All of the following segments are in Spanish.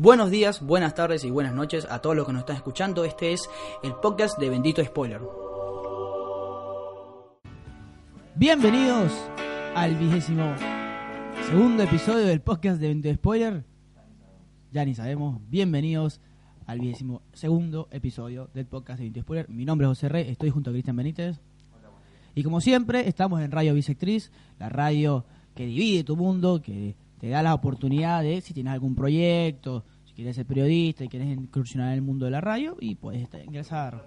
Buenos días, buenas tardes y buenas noches a todos los que nos están escuchando. Este es el podcast de Bendito Spoiler. Bienvenidos al 22º episodio del podcast de Bendito Spoiler. Ya ni sabemos. Bienvenidos al 22º episodio del podcast de Bendito Spoiler. Mi nombre es José Rey, estoy junto a Cristian Benítez. Y como siempre, estamos en Radio Bisectriz, la radio que divide tu mundo, que te da la oportunidad de, si tienes algún proyecto, si quieres ser periodista y quieres incursionar en el mundo de la radio, y puedes ingresar.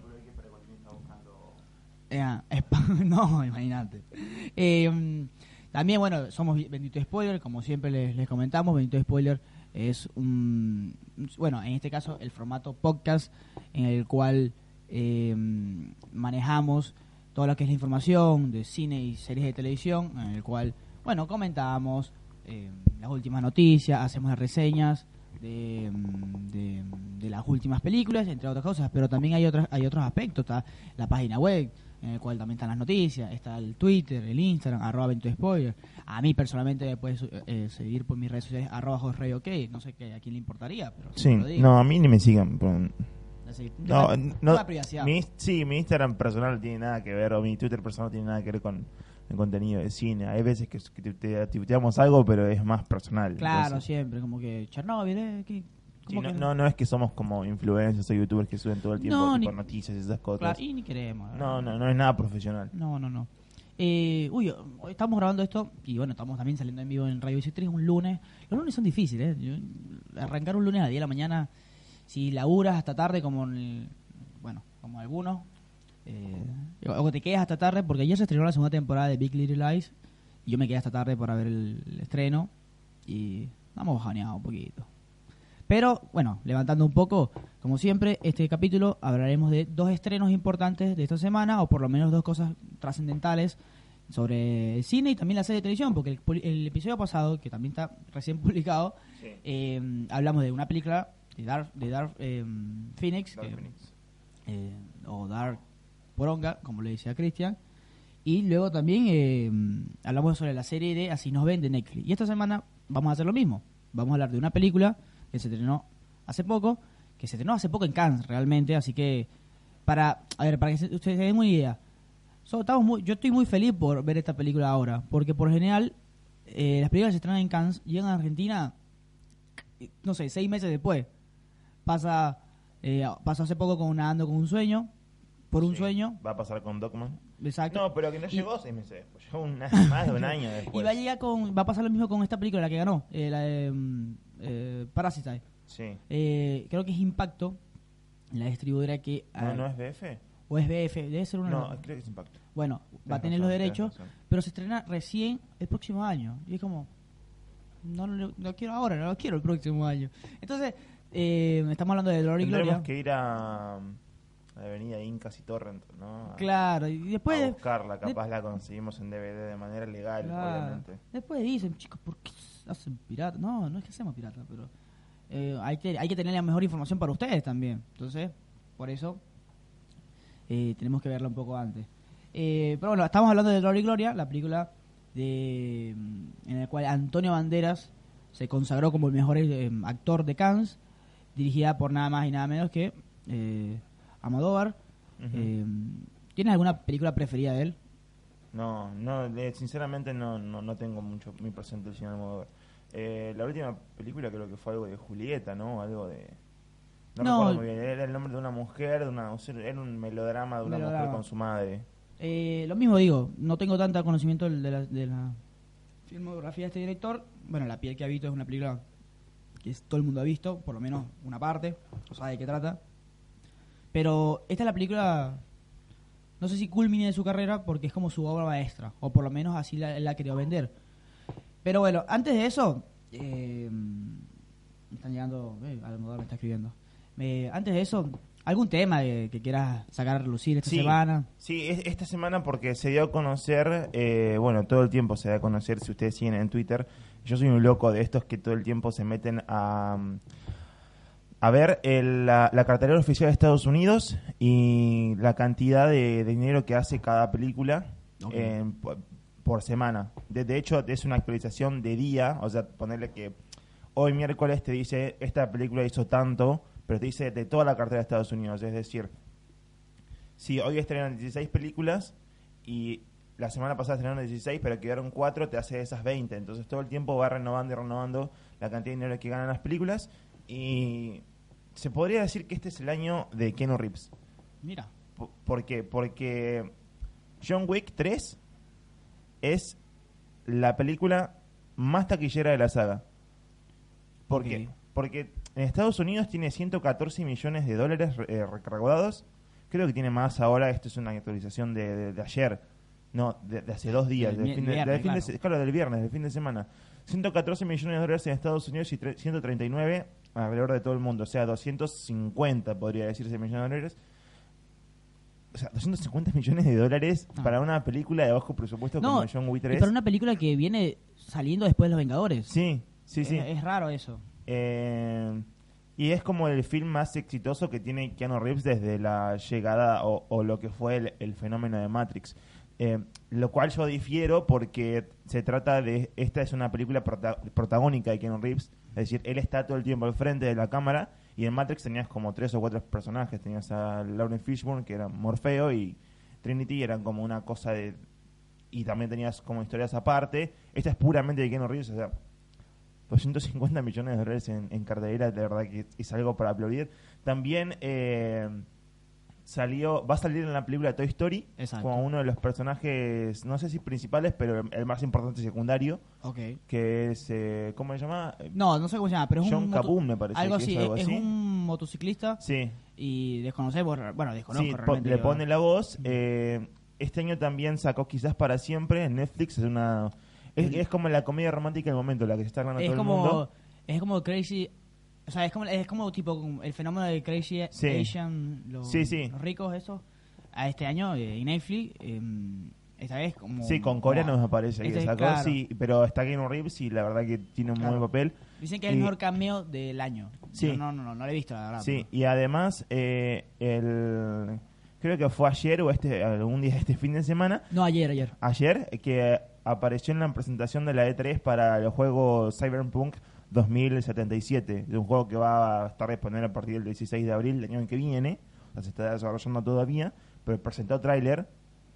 No, imagínate. También, bueno, somos Bendito Spoiler, como siempre les comentamos. Bendito Spoiler es bueno, en este caso el formato podcast en el cual manejamos todo lo que es la información de cine y series de televisión, en el cual, bueno, comentamos las últimas noticias, hacemos las reseñas de las últimas películas, entre otras cosas, pero también hay otros aspectos. Está la página web, en el cual también están las noticias, está el Twitter, el Instagram, @BenitoSpoiler. A mí personalmente me puedes seguir por mis redes sociales, @JosReyOK, no sé a quién le importaría, pero sí, lo digo. no, a mí ni me sigan. Mi mi Instagram personal no tiene nada que ver, o mi Twitter personal no tiene nada que ver con el contenido de cine. Hay veces que te tuiteamos algo, pero es más personal. Claro, entonces, siempre, como que Chernobyl, sí, no es que somos como influencers o youtubers que suben todo el tiempo tipo noticias y esas cosas. Claro, y ni queremos. No es nada profesional. No. Hoy estamos grabando esto y bueno, estamos también saliendo en vivo en Radio Bisectriz un lunes. Los lunes son difíciles, arrancar un lunes a 10 de la mañana, si laburas hasta tarde como algunos, o te quedas hasta tarde, porque ayer se estrenó la segunda temporada de Big Little Lies y yo me quedé hasta tarde para ver el estreno y vamos bajoneados un poquito. Pero bueno, levantando un poco, como siempre, este capítulo hablaremos de dos estrenos importantes de esta semana, o por lo menos dos cosas trascendentales sobre el cine y también la serie de televisión, porque el episodio pasado, que también está recién publicado, sí, hablamos de una película de Dark Phoenix, o Dark Poronga, como le decía Cristian, y luego también hablamos sobre la serie de Así nos ven de Netflix. Y esta semana vamos a hacer lo mismo, vamos a hablar de una película que se estrenó hace poco en Cannes realmente, así que para que ustedes se den una idea, yo estoy muy feliz por ver esta película ahora, porque por general las películas que se estrenan en Cannes llegan a Argentina, no sé, 6 meses después. Pasó hace poco con Nadando con un sueño, un sueño. Va a pasar con Dogman. Exacto. No, pero que no llegó 6 meses después, llegó más de un año después. Y va a pasar lo mismo con esta película, la que ganó, la de Parasite. Sí. Creo que es Impacto, la distribuidora que... ¿No es BF? O es BF, debe ser una... No, creo que es Impacto. Bueno, va a tener los derechos, pero se estrena recién el próximo año. Y es como... No lo quiero ahora, no lo quiero el próximo año. Entonces, estamos hablando de Dolor y Gloria. Tendremos que ir a Avenida Incas y Torrent, ¿no? Claro, y después... A buscarla, capaz la conseguimos en DVD de manera legal, claro, obviamente. Después dicen, chicos, ¿por qué hacen pirata? No es que hacemos pirata, pero hay que tener la mejor información para ustedes también. Entonces, por eso tenemos que verla un poco antes. Pero bueno, estamos hablando de Dolor y Gloria, la película en la cual Antonio Banderas se consagró como el mejor actor de Cannes, dirigida por nada más y nada menos que Almodóvar. Uh-huh. ¿Tienes alguna película preferida de él? No, sinceramente no tengo mucho muy presente el señor Almodóvar. La última película creo que fue algo de Julieta, ¿no? Algo de... No recuerdo muy bien, era el nombre de una mujer, era un melodrama de una mujer con su madre. Lo mismo digo, no tengo tanto conocimiento de la filmografía de este director. Bueno, La piel que habito es una película que todo el mundo ha visto, por lo menos una parte, o sabe de qué trata. Pero esta es la película, no sé si culmine de su carrera, porque es como su obra maestra, o por lo menos así la quería vender. Pero bueno, antes de eso, me están llegando, Almodóvar me está escribiendo. Antes de eso, ¿algún tema que quieras sacar a relucir esta semana? Sí, esta semana porque se dio a conocer, todo el tiempo se da a conocer, si ustedes siguen en Twitter, yo soy un loco de estos que todo el tiempo se meten a ver la cartelera oficial de Estados Unidos y la cantidad de dinero que hace cada película. Por semana. De hecho, es una actualización de día, o sea, ponerle que hoy miércoles te dice, esta película hizo tanto, pero te dice de toda la cartera de Estados Unidos. Es decir, si hoy estrenan 16 películas y la semana pasada estrenaron 16, pero quedaron 4, te hace esas 20. Entonces todo el tiempo va renovando y renovando la cantidad de dinero que ganan las películas. Y se podría decir que este es el año de Keanu Reeves. Mira. ¿Por qué? Porque John Wick 3 es la película más taquillera de la saga. ¿Por qué? Porque en Estados Unidos tiene 114 millones de dólares recaudados. Creo que tiene más ahora. Esto es una actualización de ayer. No, de hace 2 días. Del viernes, del fin de semana. 114 millones de dólares en Estados Unidos y 139 alrededor de todo el mundo. O sea, 250 podría decirse millones de dólares. O sea, 250 millones de dólares para una película de bajo presupuesto como John Wick 3. Y para una película que viene saliendo después de Los Vengadores. Sí. Es raro eso. Y es como el film más exitoso que tiene Keanu Reeves desde la llegada o lo que fue el fenómeno de Matrix. Lo cual yo difiero porque se trata de... Esta es una película protagónica de Keanu Reeves. Es decir, él está todo el tiempo al frente de la cámara. Y en Matrix tenías como 3 o 4 personajes. Tenías a Lawrence Fishburne, que era Morfeo, y Trinity eran como una cosa de... Y también tenías como historias aparte. Esta es puramente de Keanu Reeves, o sea... 250 millones de dólares en cartelera, de verdad que es algo para aplaudir. También va a salir en la película Toy Story. Exacto. Como uno de los personajes, no sé si principales, pero el más importante secundario. Okay. Que es, ¿cómo se llama? No sé cómo se llama, pero es John Kaboom, me parece. Algo que así, es algo es así. un motociclista. Sí. Y desconocemos, desconozco Sí, realmente. le pone la voz. Este año también sacó Quizás para Siempre en Netflix. Es como la comedia romántica del momento, la que se está hablando todo el mundo. Es como Crazy... O sea, es como tipo el fenómeno de Crazy Asian, los ricos, eso. A este año, en Netflix, esta vez como... Sí, con coreanos me parece que sacó, claro. Sí, pero está Keanu Reeves y la verdad que tiene un buen papel. Dicen que es el mejor cameo del año. Sí. No lo he visto, la verdad. Sí, y además, creo que fue ayer o algún día este fin de semana. No, ayer. Ayer, que apareció en la presentación de la E3 para el juego Cyberpunk 2077, de un juego que va a estar disponible a partir del 16 de abril del año que viene. O sea, se está desarrollando todavía, pero presentó tráiler.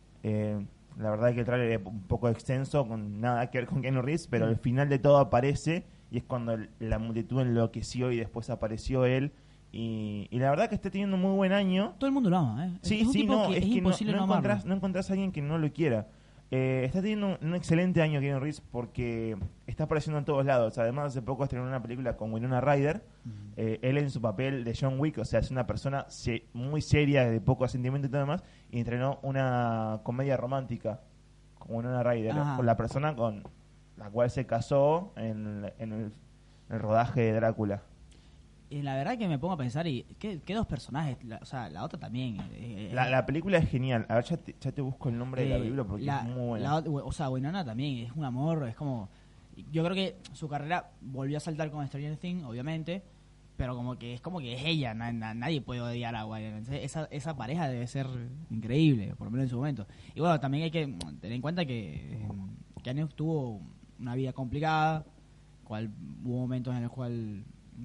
La verdad es que el tráiler es un poco extenso, con nada que ver con Keanu Reeves, pero al final de todo aparece y es cuando la multitud enloqueció y después apareció él. Y la verdad que está teniendo un muy buen año. Todo el mundo lo ama, ¿eh? Sí, es que imposible no amarlo. No encontrás a alguien que no lo quiera. Está teniendo un excelente año Keanu Reeves porque está apareciendo en todos lados. Además, hace poco estrenó una película con Winona Ryder. Él en su papel de John Wick, o sea, es una persona muy seria, de poco sentimiento y todo demás. Y estrenó una comedia romántica con Winona Ryder, con la persona con la cual se casó en el rodaje de Drácula. Y la verdad que me pongo a pensar, y ¿qué dos personajes? La otra también. La película es genial. A ver, ya te busco el nombre de la película porque es muy buena. Winona también es un amor, es como... Yo creo que su carrera volvió a saltar con Stranger Things, obviamente, pero como que es ella, nadie puede odiar a Winona. Esa pareja debe ser increíble, por lo menos en su momento. Y bueno, también hay que tener en cuenta que Keanu tuvo una vida complicada, hubo momentos en los cuales...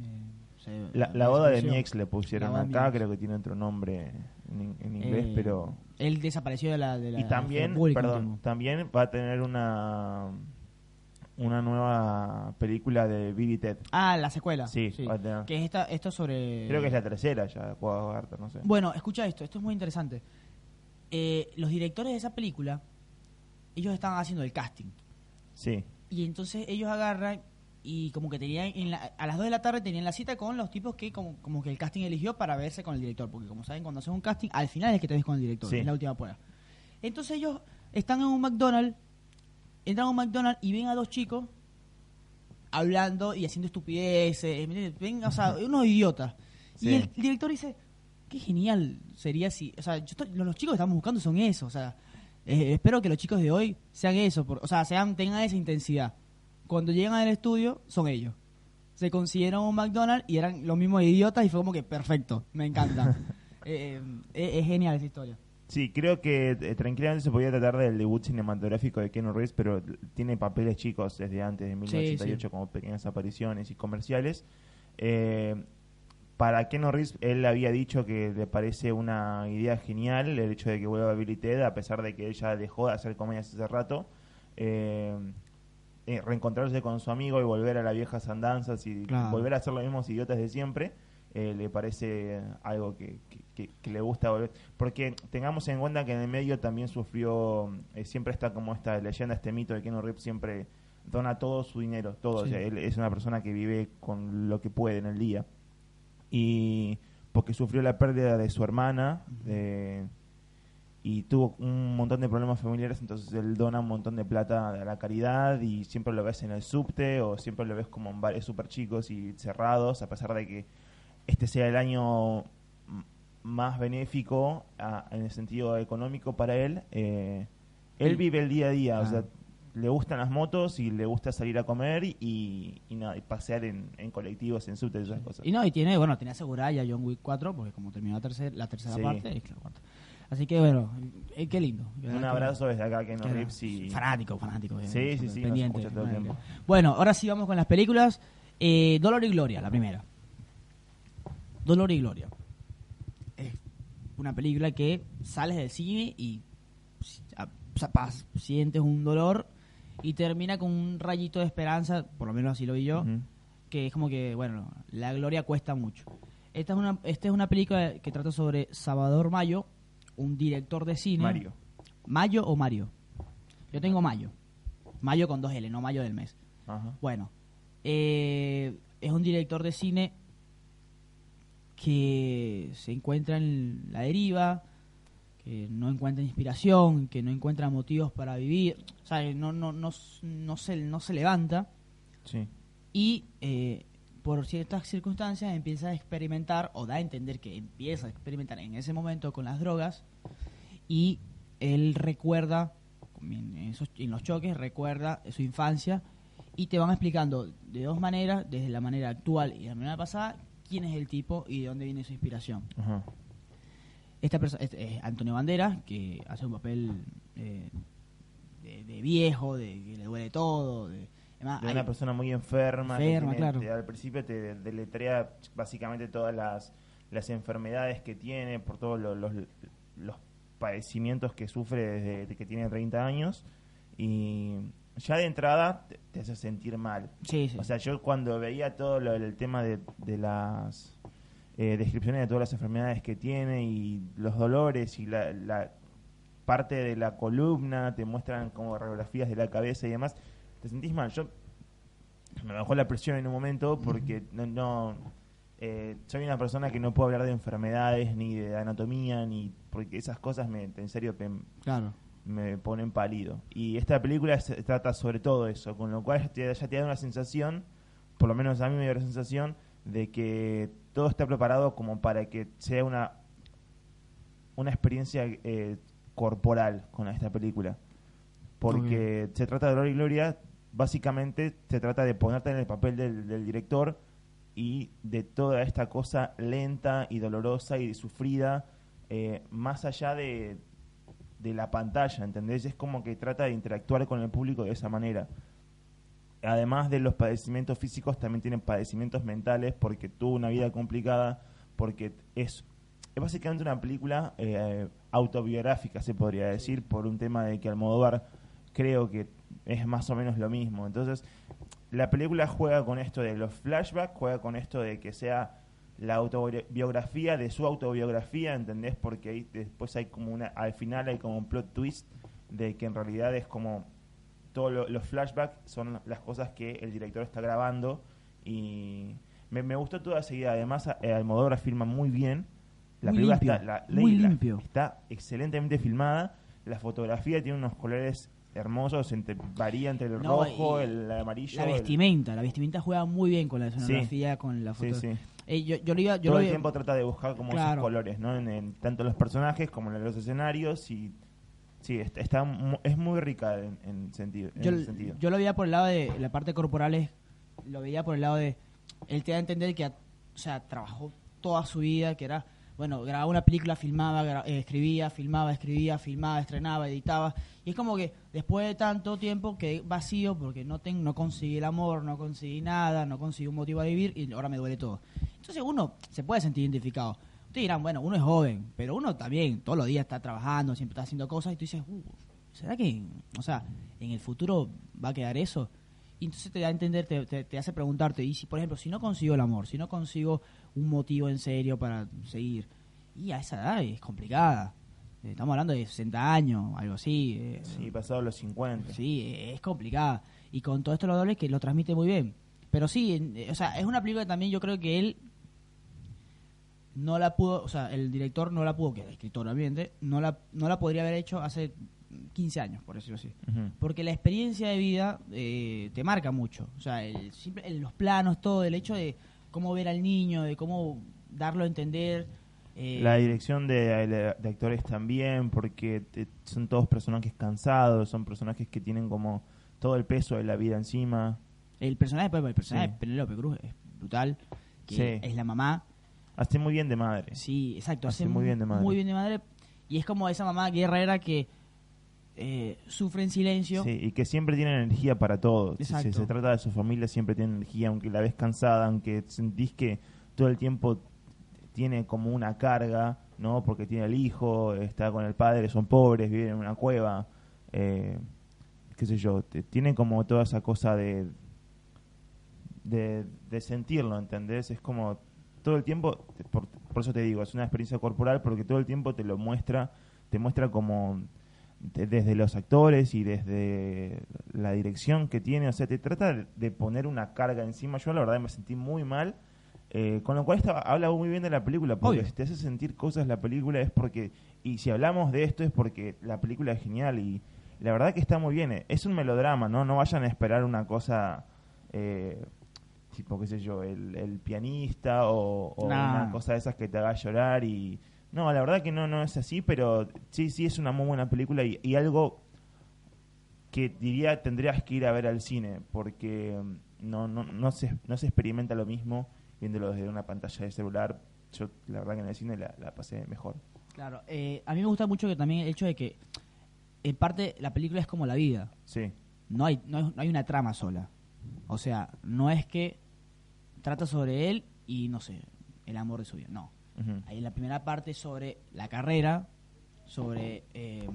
La boda de mi ex le pusieron acá, creo que tiene otro nombre en inglés, pero... Él desapareció de la y también, también va a tener una nueva película de Bill y Ted. Ah, la secuela. Sí. Va a tener. Que es esto sobre... Creo que es la tercera ya, no sé. Bueno, escucha esto es muy interesante. Los directores de esa película, ellos estaban haciendo el casting. Sí. Y entonces ellos agarran... Y como que tenían a las 2 de la tarde tenían la cita con los tipos que como que el casting eligió para verse con el director. Porque como saben, cuando haces un casting, al final es que te ves con el director. Sí. Es la última prueba. Entonces ellos están en un McDonald's, entran a un McDonald's y ven a 2 chicos hablando y haciendo estupideces. Ven, o sea, unos idiotas. Sí. Y el director dice, qué genial sería si... O sea, los chicos que estamos buscando son eso. O sea, espero que los chicos de hoy sean eso. Tengan esa intensidad. Cuando llegan al estudio, son ellos. Se consiguieron un McDonald's y eran los mismos idiotas y fue como que perfecto, me encanta. Es genial esa historia. Sí, creo que tranquilamente se podía tratar del debut cinematográfico de Keanu Reeves, pero tiene papeles chicos desde antes de 1988 como pequeñas apariciones y comerciales. Para Keanu Reeves, él había dicho que le parece una idea genial el hecho de que vuelva a Bill y Ted, a pesar de que ella dejó de hacer comedias hace rato. Reencontrarse con su amigo y volver a las viejas andanzas y volver a ser los mismos idiotas de siempre, le parece algo que le gusta volver. Porque tengamos en cuenta que en el medio también sufrió, siempre está como esta leyenda, este mito de que Keanu Reeves siempre dona todo su dinero, todo. Sí. O sea, él es una persona que vive con lo que puede en el día. Y porque sufrió la pérdida de su hermana, y tuvo un montón de problemas familiares, entonces él dona un montón de plata a la caridad y siempre lo ves en el subte o siempre lo ves como en bares súper chicos y cerrados, a pesar de que este sea el año más benéfico en el sentido económico para él. Él vive el día a día, o sea, le gustan las motos y le gusta salir a comer y nada, y pasear en colectivos, en subtes y esas cosas. Y tiene asegurada ya John Wick 4, porque como terminó la tercera parte, es la cuarta. Así que bueno, qué lindo. Un abrazo desde acá, Keanu Reeves. Y... Fanático. Sí, pendiente. Nos escucha todo el tiempo. Bueno, ahora sí vamos con las películas. Dolor y Gloria, la primera. Dolor y Gloria. Es una película que sales del cine y sientes un dolor y termina con un rayito de esperanza, por lo menos así lo vi yo, que es como que, bueno, la gloria cuesta mucho. Esta es una película que trata sobre Salvador Mayo, un director de cine. Mario. ¿Mayo o Mario? Yo tengo Mayo. Mayo con 2 L, no Mayo del mes. Ajá. Bueno, es un director de cine que se encuentra en la deriva, que no encuentra inspiración, que no encuentra motivos para vivir, o sea, no se levanta. Sí. Y por ciertas circunstancias empieza a experimentar, o da a entender que empieza a experimentar en ese momento con las drogas, y él recuerda, en los choques, recuerda su infancia, y te van explicando de 2 maneras, desde la manera actual y la manera pasada, quién es el tipo y de dónde viene su inspiración. Ajá. Esta persona es Antonio Banderas, que hace un papel de viejo, de que le duele todo, de una persona muy enferma, claro. Al principio te deletrea básicamente todas las enfermedades que tiene, por todos los padecimientos que sufre desde que tiene 30 años, y ya de entrada te hace sentir mal. Sí. O sea, yo cuando veía todo el tema de las descripciones de todas las enfermedades que tiene y los dolores y la parte de la columna, te muestran como radiografías de la cabeza y demás, te sentís mal. Yo me bajó la presión en un momento porque soy una persona que no puedo hablar de enfermedades ni de anatomía, ni porque esas cosas en serio me ponen pálido. Y esta película se trata sobre todo eso, con lo cual ya te da una sensación, por lo menos a mí me dio la sensación de que todo está preparado como para que sea una experiencia corporal con esta película, porque se trata de Dolor y Gloria. Básicamente se trata de ponerte en el papel del director y de toda esta cosa lenta y dolorosa y sufrida, más allá de la pantalla, ¿entendés? Es como que trata de interactuar con el público de esa manera. Además de los padecimientos físicos, también tienen padecimientos mentales, porque tuvo una vida complicada, porque es básicamente una película autobiográfica, se podría decir, por un tema de que Almodóvar creo que es más o menos lo mismo. Entonces, la película juega con esto de los flashbacks, juega con esto de que sea la autobiografía de su autobiografía, ¿entendés? Porque ahí después hay como al final hay como un plot twist de que en realidad es como todos los flashbacks son las cosas que el director está grabando, y me gustó toda esa idea. Además, Almodóvar filma muy bien. La muy película limpio, muy limpio. Está excelentemente filmada. La fotografía tiene unos colores hermosos, varía entre el rojo, el amarillo. La vestimenta juega muy bien con la escenografía, con la foto. Sí. Yo todo el tiempo trata de buscar como esos colores, ¿no? En tanto los personajes como en los escenarios, y sí, es muy rica en sentido. Yo lo veía por el lado de la parte corporal, lo veía por el lado de él te da a entender que trabajó toda su vida, que era bueno, grababa una película, filmaba, escribía, filmaba, estrenaba, editaba. Y es como que después de tanto tiempo quedé vacío porque no conseguí el amor, no conseguí nada, no conseguí un motivo a vivir y ahora me duele todo. Entonces uno se puede sentir identificado. Ustedes dirán, bueno, uno es joven, pero uno también todos los días está trabajando, siempre está haciendo cosas y tú dices, ¿será que, o sea, en el futuro va a quedar eso? Y entonces te da a entender, te hace preguntarte, y si, por ejemplo, si no consigo el amor, si no consigo un motivo en serio para seguir, y a esa edad es complicada. Estamos hablando de 60 años, algo así. Sí, pasado los 50. Sí, es complicada. Y con todo esto lo doble que lo transmite muy bien. Pero sí, o sea, es una película que también yo creo que él no la pudo, o sea, el director no la pudo, que el escritor obviamente, no la podría haber hecho hace 15 años, por decirlo así. Uh-huh. Porque la experiencia de vida te marca mucho. O sea, los planos, todo, el hecho de cómo ver al niño, de cómo darlo a entender. La dirección de actores también, porque son todos personajes cansados, son personajes que tienen como todo el peso de la vida encima. El personaje de Penélope Cruz es brutal, que es la mamá. Hace muy bien de madre. Sí, exacto, hace muy bien de madre. Muy bien de madre. Y es como esa mamá guerrera que sufre en silencio. Sí, y que siempre tiene energía para todo. Si se trata de su familia, siempre tiene energía, aunque la ves cansada, aunque sentís que todo el tiempo tiene como una carga, ¿no? Porque tiene el hijo, está con el padre, son pobres, viven en una cueva, qué sé yo, tiene como toda esa cosa de sentirlo, ¿entendés? Es como todo el tiempo, por eso te digo, es una experiencia corporal, porque todo el tiempo te muestra como desde los actores y desde la dirección que tiene, o sea, te trata de poner una carga encima. Yo la verdad me sentí muy mal. Con lo cual habla muy bien de la película, porque Obvio. si te hace sentir cosas la película es porque, y si hablamos de esto es porque la película es genial y la verdad que está muy bien. Es un melodrama, no vayan a esperar una cosa tipo, qué sé yo, el pianista o una cosa de esas que te haga llorar y no, la verdad que no es así, pero sí es una muy buena película y algo que diría tendrías que ir a ver al cine, porque no se experimenta lo mismo viéndolo desde una pantalla de celular. Yo la verdad que en el cine la pasé mejor. Claro, a mí me gusta mucho que también el hecho de que en parte la película es como la vida. Sí. No hay una trama sola. O sea, no es que trata sobre él y no sé, el amor de su vida, no. Uh-huh. Hay la primera parte sobre la carrera, sobre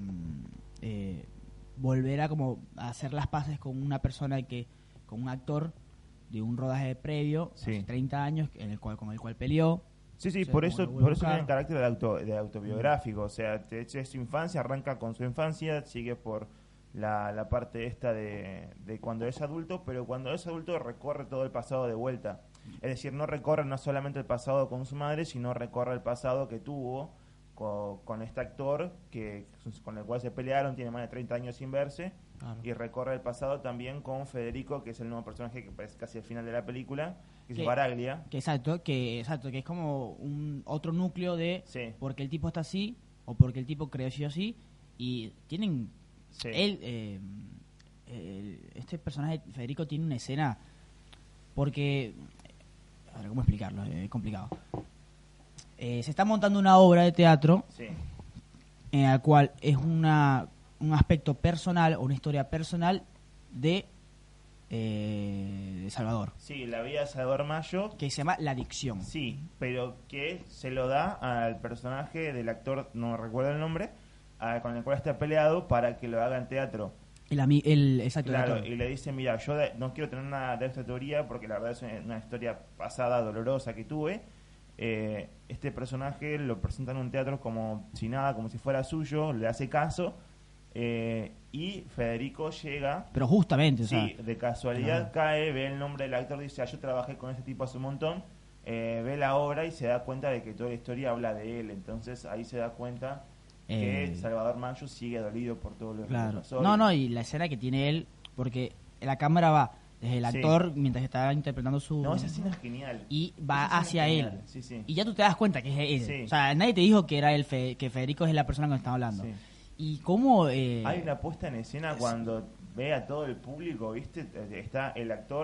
volver a como a hacer las paces con una persona con un actor de un rodaje previo, sí, hace 30 años, con el cual peleó. Sí, O sea, por eso tiene carácter de autobiográfico. O sea, es su infancia, arranca con su infancia, sigue por la parte esta de cuando es adulto, pero cuando es adulto recorre todo el pasado de vuelta. Es decir, no recorre no solamente el pasado con su madre, sino recorre el pasado que tuvo con este actor con el cual se pelearon, tiene más de 30 años sin verse. Claro. Y recorre el pasado también con Federico, que es el nuevo personaje que aparece casi al final de la película, que es Baraglia. Exacto, que es como un otro núcleo de sí, porque el tipo está así o porque el tipo creció así y tienen sí, este personaje Federico tiene una escena porque a ver cómo explicarlo, es complicado. Se está montando una obra de teatro sí, en la cual es un aspecto personal o una historia personal de Salvador. Sí, la vida de Salvador Mayo. Que se llama La Adicción. Sí, pero que se lo da al personaje del actor, no recuerdo el nombre, con el cual está peleado para que lo haga en teatro. Exacto. Claro, y le dice, mira, yo no quiero tener nada de esta teoría porque la verdad es una historia pasada, dolorosa que tuve. Este personaje lo presenta en un teatro como si nada, como si fuera suyo, le hace caso. Y Federico llega, pero justamente, sí, de casualidad cae, ve el nombre del actor, dice, yo trabajé con este tipo hace un montón, ve la obra y se da cuenta de que toda la historia habla de él. Entonces ahí se da cuenta que Salvador Mayo sigue dolido por todo lo que pasó. Y la escena que tiene él, porque la cámara va desde el actor mientras está interpretando su... No, esa escena es genial. Y va hacia él. Sí, sí. Y ya tú te das cuenta que es él. Sí. O sea, nadie te dijo que era que Federico es la persona con la que estaba hablando. Sí. Y cómo... hay una puesta en escena cuando ve a todo el público, ¿viste? Está el actor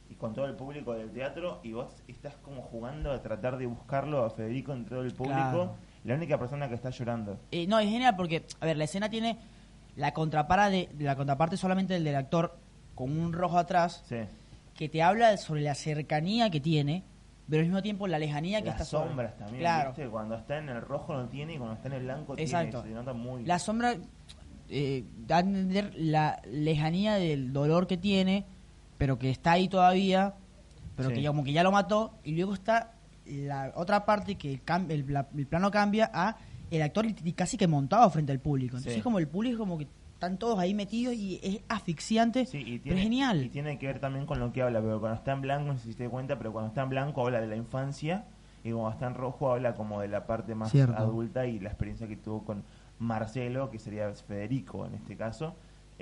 y con todo el público del teatro, y vos estás como jugando a tratar de buscarlo a Federico entre todo el público, Claro. la única persona que está llorando. No, es genial porque, a ver, la escena tiene la contraparte solamente del actor con un rojo atrás Sí. que te habla sobre la cercanía que tiene, pero al mismo tiempo la lejanía que Las está sobre. sombras también, Claro. ¿viste? Cuando está en el rojo no tiene, y cuando está en el blanco Exacto. tiene, se nota muy... La sombra da a entender la lejanía del dolor que tiene, pero que está ahí todavía, pero Sí. que como que ya lo mató, y luego está la otra parte que el plano cambia a el actor casi que montado frente al público. Entonces Sí. como el público como que están todos ahí metidos y es asfixiante, Sí, y pero es genial. Y tiene que ver también con lo que habla, pero cuando está en blanco, no sé si te das cuenta, pero cuando está en blanco habla de la infancia, y cuando está en rojo habla como de la parte más Cierto. adulta y la experiencia que tuvo con Marcelo, que sería Federico en este caso.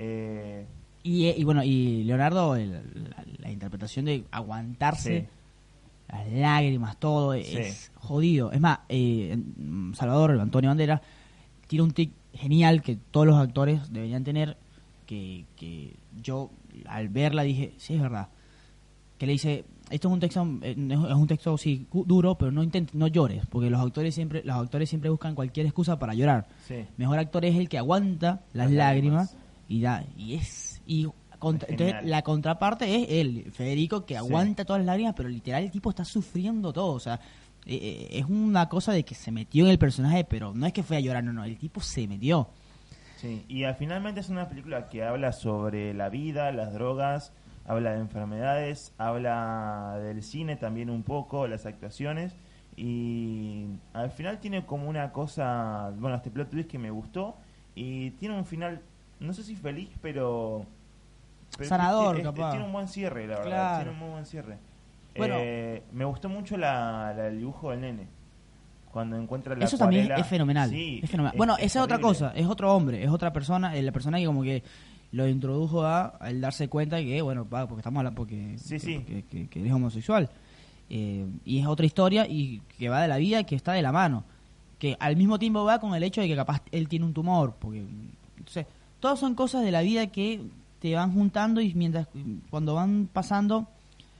Y bueno, y Leonardo, la interpretación de aguantarse Sí. las lágrimas, todo, Sí. es jodido. Es más, Salvador, Antonio Bandera, tiene un tic genial que todos los actores deberían tener, que yo al verla dije, sí, es verdad. Que le dice, esto es un texto, es un texto sí duro, pero no llores, porque los actores siempre buscan cualquier excusa para llorar. Sí. Mejor actor es el que aguanta las Las lágrimas lágrimas. Entonces Genial. la contraparte es él, Federico, que Sí. aguanta todas las lágrimas, pero literal el tipo está sufriendo todo, o sea, es una cosa de que se metió en el personaje, pero no es que fue a llorar, no, el tipo se metió. Sí, y finalmente es una película que habla sobre la vida, las drogas, habla de enfermedades, habla del cine también un poco, las actuaciones, y al final tiene como una cosa, bueno, este plot twist que me gustó, y tiene un final, no sé si feliz, pero Sanador, capaz. tiene un buen cierre, la verdad, Claro. tiene un muy buen cierre. Bueno. Me gustó mucho el dibujo del nene. Cuando encuentra la Eso también acuarela. es fenomenal. Sí, es fenomenal. Bueno, esa es otra terrible. cosa, es otro hombre, es otra persona, la persona que como que lo introdujo a el darse cuenta que, bueno, porque estamos hablando, Sí, sí. que eres homosexual. Y es otra historia y que va de la vida, que está de la mano. Que al mismo tiempo va con el hecho de que capaz él tiene un tumor. Porque, entonces, todas son cosas de la vida que te van juntando y cuando van pasando,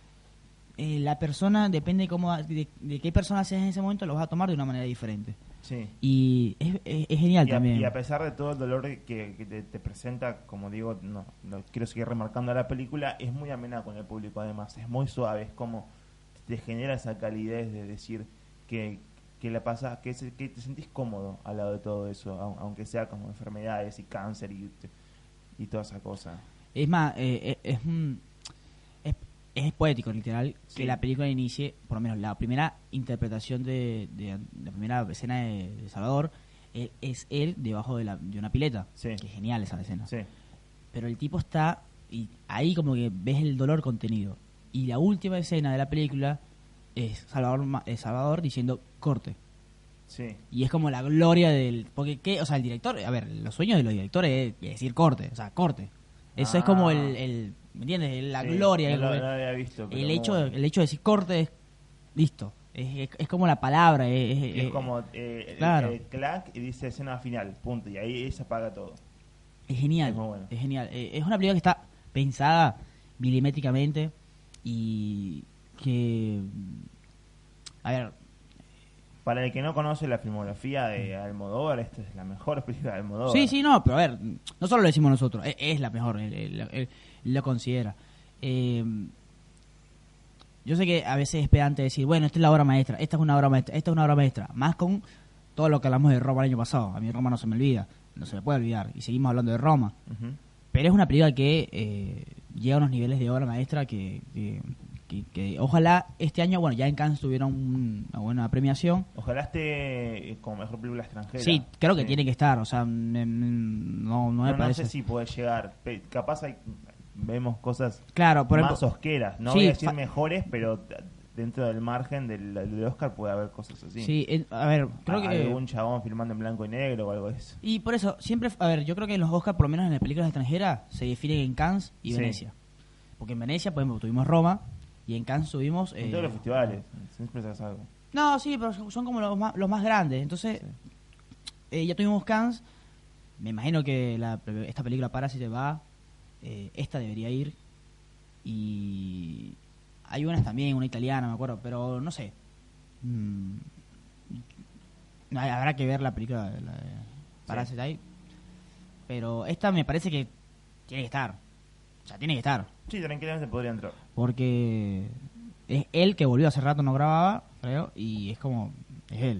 la persona, depende de qué persona seas en ese momento, lo vas a tomar de una manera diferente. Sí. Y es genial también. Y a pesar de todo el dolor que te presenta, como digo, no quiero seguir remarcando la película, es muy amena con el público además, es muy suave, es como te genera esa calidez de decir que la pasas, que te sentís cómodo al lado de todo eso, aunque sea como enfermedades y cáncer y toda esa cosa. Es más, es poético, literal, Sí. que la película inicie, por lo menos la primera interpretación de la primera escena de Salvador, es él debajo de una pileta. Sí. Que es genial esa escena. Sí, Pero el tipo está, y ahí como que ves el dolor contenido. Y la última escena de la película es Salvador diciendo corte. sí. Y es como la gloria del... Porque, ¿qué? O sea, el director... A ver, los sueños de los directores es decir corte. O sea, corte. Eso es como ¿me entiendes? La Sí, gloria. no lo había visto. pero el muy hecho bueno. de decir corte es... Listo. Es como la palabra. Es como claro. clac y dice escena final, punto, y ahí se apaga todo. Es genial. Es muy bueno. Es genial. Es una película que está pensada milimétricamente y que... A ver... Para el que no conoce la filmografía de Almodóvar, esta es la mejor película de Almodóvar. Sí, no, pero a ver, no solo lo decimos nosotros, es la mejor, él lo considera. Yo sé que a veces es pedante decir, bueno, esta es la obra maestra, esta es una obra maestra, esta es una obra maestra, más con todo lo que hablamos de Roma el año pasado. A mí Roma no se me olvida, no se me puede olvidar, y seguimos hablando de Roma. Ujú. Pero es una película que llega a unos niveles de obra maestra que ojalá este año, bueno, ya en Cannes tuvieron una buena premiación. Ojalá esté como mejor película extranjera. Sí, creo que Sí. tiene que estar, o sea, no me No parece. sé si puede llegar. Capaz vemos cosas Claro, por más ejemplo, osqueras. No sí, voy a decir mejores, pero dentro del margen del Oscar puede haber cosas así. sí, a ver, creo que... Algún chabón filmando en blanco y negro o algo de eso. Y por eso, siempre, a ver, yo creo que los Oscars, por lo menos en las películas extranjeras, se definen en Cannes y Sí. Venecia. Porque en Venecia, por ejemplo, tuvimos Roma y en Cannes tuvimos... En todos los festivales, siempre se hace algo. No, sí, pero son como los más grandes. Entonces, ya tuvimos Cannes. Me imagino que esta película Parásite va. Esta debería ir. Y hay unas también, una italiana, me acuerdo, pero no sé. Habrá que ver la película de Parasite, pero esta me parece que tiene que estar. O sea, tiene que estar. Sí, tranquilamente podría entrar. Porque es él que volvió, hace rato no grababa, creo, y es como, es él.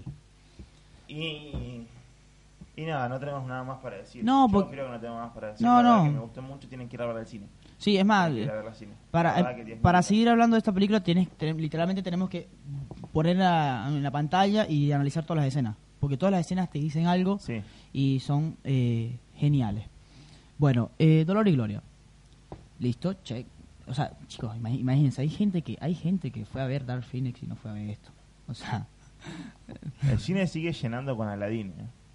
Y nada, no tenemos nada más para decir. No, Yo creo que no tenemos más para decir. No, La verdad no. que me gustó mucho, tienen que ir a ver al cine. Sí, es más, Tienen que ir a verla al cine. La verdad que 10 para minutos. seguir hablando de esta película, literalmente tenemos que ponerla en la pantalla y analizar todas las escenas. Porque todas las escenas te dicen algo Sí. y son geniales. Bueno, Dolor y Gloria. Listo, check. O sea, chicos, imagínense, hay gente que fue a ver Dark Phoenix y no fue a ver esto. O sea, El cine sigue llenando con Aladdin.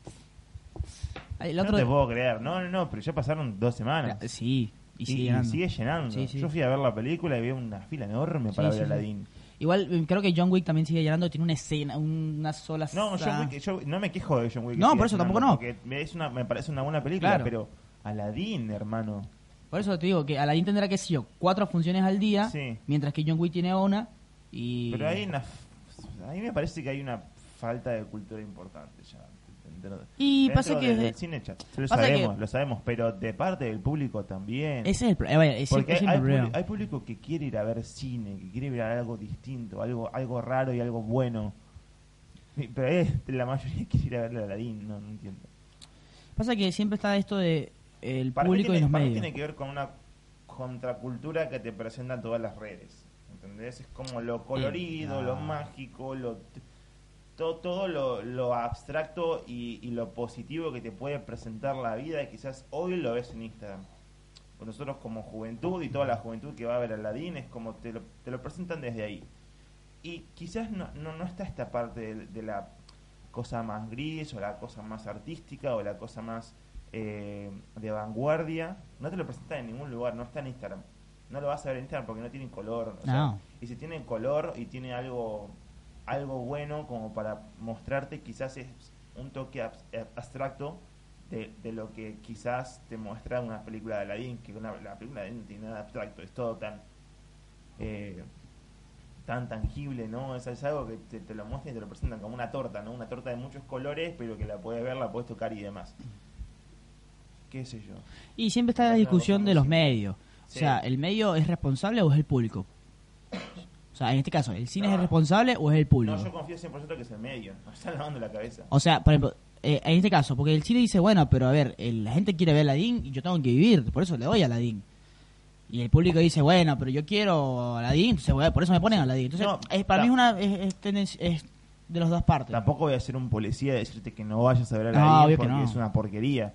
el No otro te puedo creer. No, pero ya pasaron 2 semanas. sí, y sigue Y llenando. sigue llenando. Sí, sí. Yo fui a ver la película y vi una fila enorme para Sí, ver sí, sí. Aladdin. Igual creo que John Wick también sigue llenando, tiene una escena, una sola. No, John Wick, yo no me quejo de John Wick. que No, siga por eso llenando, tampoco no. Porque me parece una buena película, Claro. pero Aladdin, hermano. Por eso te digo que Aladdin tendrá que ser 4 funciones al día, Sí. mientras que John Wick tiene una. Y Pero a mí me parece que hay una falta de cultura importante ya. Y pasa que del cine chat, pasa lo sabemos, pero de parte del público también. ese es el problema. Porque hay público que quiere ir a ver cine, que quiere ver algo distinto, algo raro y algo bueno. Pero la mayoría quiere ir a ver Aladdin, no entiendo. Pasa que siempre está esto de el Para mí público y los para mí medios. tiene que ver con una contracultura que te presentan todas las redes. ¿Entendés? Es como lo colorido, lo mágico, todo lo abstracto y lo positivo que te puede presentar la vida, y quizás hoy lo ves en Instagram. Pues nosotros como juventud y toda la juventud que va a ver Aladdin es como te lo presentan desde ahí. Y quizás no está esta parte de la cosa más gris o la cosa más artística o la cosa más de vanguardia. No te lo presentan en ningún lugar, no está en Instagram. No lo vas a ver en Instagram porque no tiene color. O sea, y si tiene color y tiene algo bueno como para mostrarte, quizás es un toque abstracto de lo que quizás te muestra una película de Aladdin, que la película de Aladdin no tiene nada abstracto, es todo tan tangible, ¿no? Es algo que te lo muestran y te lo presentan como una torta, ¿no? Una torta de muchos colores, pero que la puedes ver, la puedes tocar y demás. ¿Qué sé yo? Y siempre está la discusión de los medios. Sí. O sea, ¿el medio es responsable o es el público? O sea, en este caso, ¿el cine es el responsable o es el público? No, yo confío 100% que es el medio. Nos están lavando la cabeza. O sea, por ejemplo, en este caso, porque el cine dice, bueno, pero a ver, la gente quiere ver Aladdin y yo tengo que vivir, por eso le doy a Aladdin. Y el público dice, bueno, pero yo quiero Aladdin, entonces por eso me ponen Aladdin. Entonces, para mí es de las dos partes. Tampoco voy a ser un policía y decirte que no vayas a ver No, Aladdin obvio que porque no. es una porquería.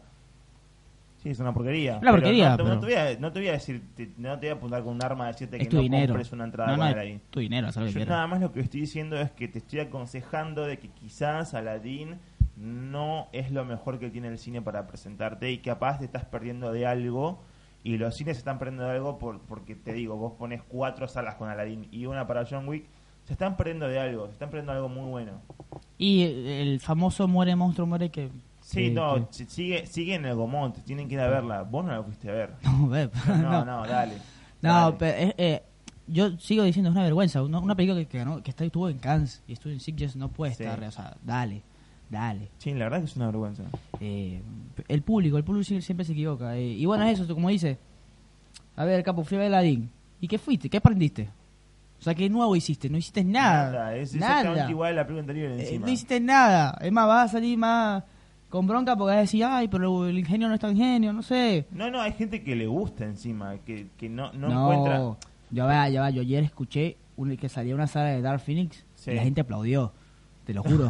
Sí, es una porquería. Una porquería, Pero pero- no te voy a decir, no te voy a apuntar con un arma a decirte Es que tu no dinero. compres una entrada No, para es Aladdin. tu dinero, haz lo que Yo quieras. nada más lo que estoy diciendo es que te estoy aconsejando de que quizás Aladdin no es lo mejor que tiene el cine para presentarte y capaz te estás perdiendo de algo, y los cines se están perdiendo de algo porque te digo, vos pones 4 salas con Aladdin y una para John Wick, se están perdiendo de algo, se están perdiendo de algo muy bueno. Y el famoso muere monstruo, muere que... Sí, que- no, que- sigue en el Gomont, tienen que ir a verla. Vos no la fuiste a ver. No, ve, No, dale. No, Dale. pero yo sigo diciendo, es una vergüenza. Una película que ganó, que estuvo en Cannes y estuvo en Sitges, no puede Sí. estar. O sea, dale. Sí, la verdad que es una vergüenza. El público siempre se equivoca. Y bueno, es eso, como dice. A ver, Capo, fui a ver Aladdin. ¿Y qué fuiste? ¿Qué aprendiste? O sea, ¿qué nuevo hiciste? No hiciste nada. Es Nada. exactamente igual a la película anterior encima. No hiciste nada. Es más, vas a salir más con bronca porque vas a decir, ay, pero el ingenio no es tan genio, no sé. No, hay gente que le gusta encima, que no encuentra... Ya va. Yo ayer escuché que salía una sala de Dark Phoenix Sí. y la gente aplaudió. Te lo juro.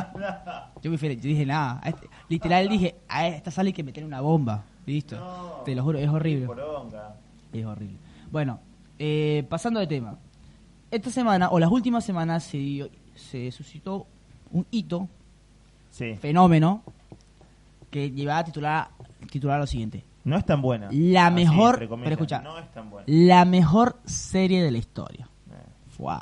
Yo dije, nada. Literal dije, a esta sala hay que meter una bomba. Listo. No, Te lo juro, es horrible. poronga. Es horrible. Bueno, pasando de tema. Esta semana, o las últimas semanas, se suscitó un hito, Sí, fenómeno, que llevaba a titular lo siguiente. no es tan buena. La Así, mejor, entre comillas, pero escucha, no es tan buena. la mejor serie de la historia. Eh, Wow.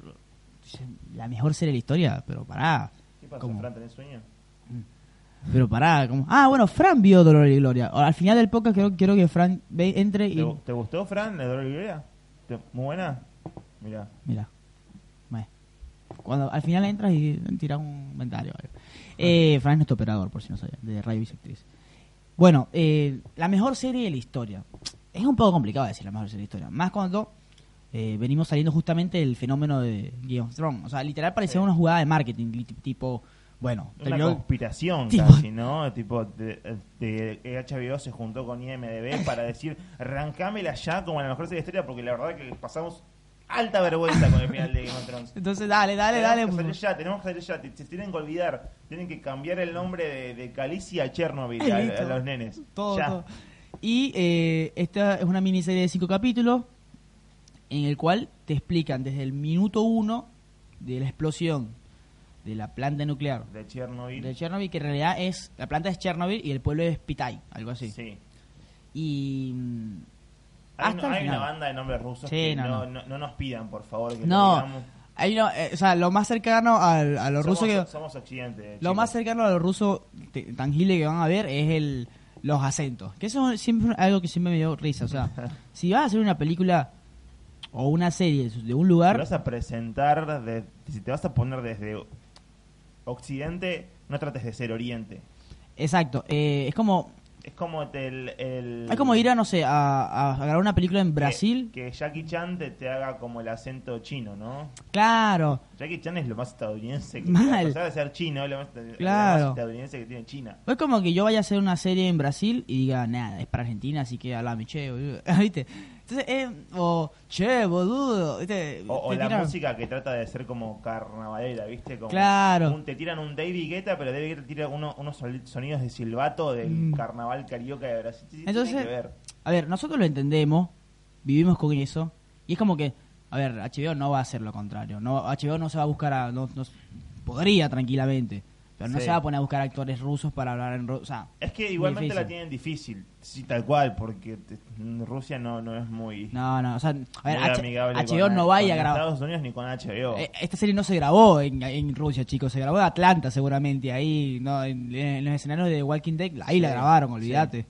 La mejor serie de la historia, pero pará. ¿Qué pasa, ¿Cómo? Fran? ¿Tenés sueño? Pero pará, ¿cómo? Ah, bueno, Fran vio Dolor y Gloria. Ahora, al final del podcast quiero que Fran entre y... ¿Te gustó, Fran, la Dolor y Gloria? ¿Muy buena? Mirá. Mira. Cuando al final entras y tiras un comentario. Fran es nuestro operador, por si no sabía, de Radio Bisectriz. Bueno, la mejor serie de la historia. Es un poco complicado decir la mejor serie de la historia. Más cuando venimos saliendo justamente del fenómeno de Game of Thrones. O sea, literal parecía una jugada de marketing, tipo, bueno... Una conspiración tipo, casi, ¿no? Tipo, de HBO se juntó con IMDb para decir, arrancámela ya como la mejor serie de la historia, porque la verdad que pasamos alta vergüenza con el final de Game of Thrones. Entonces, dale. Tenemos que salir ya. Se tienen que olvidar. Tienen que cambiar el nombre de Khaleesi a Chernobyl a los nenes. Todo. Y esta es una miniserie de 5 capítulos en el cual te explican desde el minuto 1 de la explosión de la planta nuclear de Chernobyl, que en realidad es... La planta es Chernobyl y el pueblo es Pitay, algo así. Sí. Y... Hay una banda de nombres rusos que no nos pidan, por favor, que no. digamos. Hay o sea, lo más cercano a lo ruso que... Somos occidente. Lo más cercano a lo ruso tangible que van a ver es los acentos. Que eso es siempre algo que siempre me dio risa. O sea, si vas a hacer una película o una serie de un lugar... Si vas a presentar, si te vas a poner desde occidente, no trates de ser oriente. Exacto. Es como... Es como es como ir a, no sé, a grabar una película en Brasil. Que Jackie Chan te haga como el acento chino, ¿no? Claro. Jackie Chan es lo más estadounidense que Mal. a pesar de ser chino, es lo más estadounidense que tiene China. Es como que yo vaya a hacer una serie en Brasil y diga, nada, es para Argentina, así que hablame, che, boludo. ¿Viste? Entonces, che, boludo. ¿Viste? O la música que trata de ser como carnavalera, ¿viste? Como claro. Te tiran un David Guetta, pero David Guetta tira unos sonidos de silbato del carnaval carioca de Brasil. Entonces, tiene que ver. A ver, nosotros lo entendemos, vivimos con eso, y es como que, a ver, HBO no va a hacer lo contrario. HBO no se va a buscar no podría tranquilamente, pero no se va a poner a buscar actores rusos para hablar en ruso. O sea, es que igualmente la tienen difícil, sí, tal cual, porque Rusia no es muy... No, o sea, a ver, HBO no vaya a grabar. Estados Unidos ni con HBO. Esta serie no se grabó en Rusia, chicos, se grabó en Atlanta seguramente, ahí, no, en los escenarios de Walking Dead, ahí la grabaron, olvídate.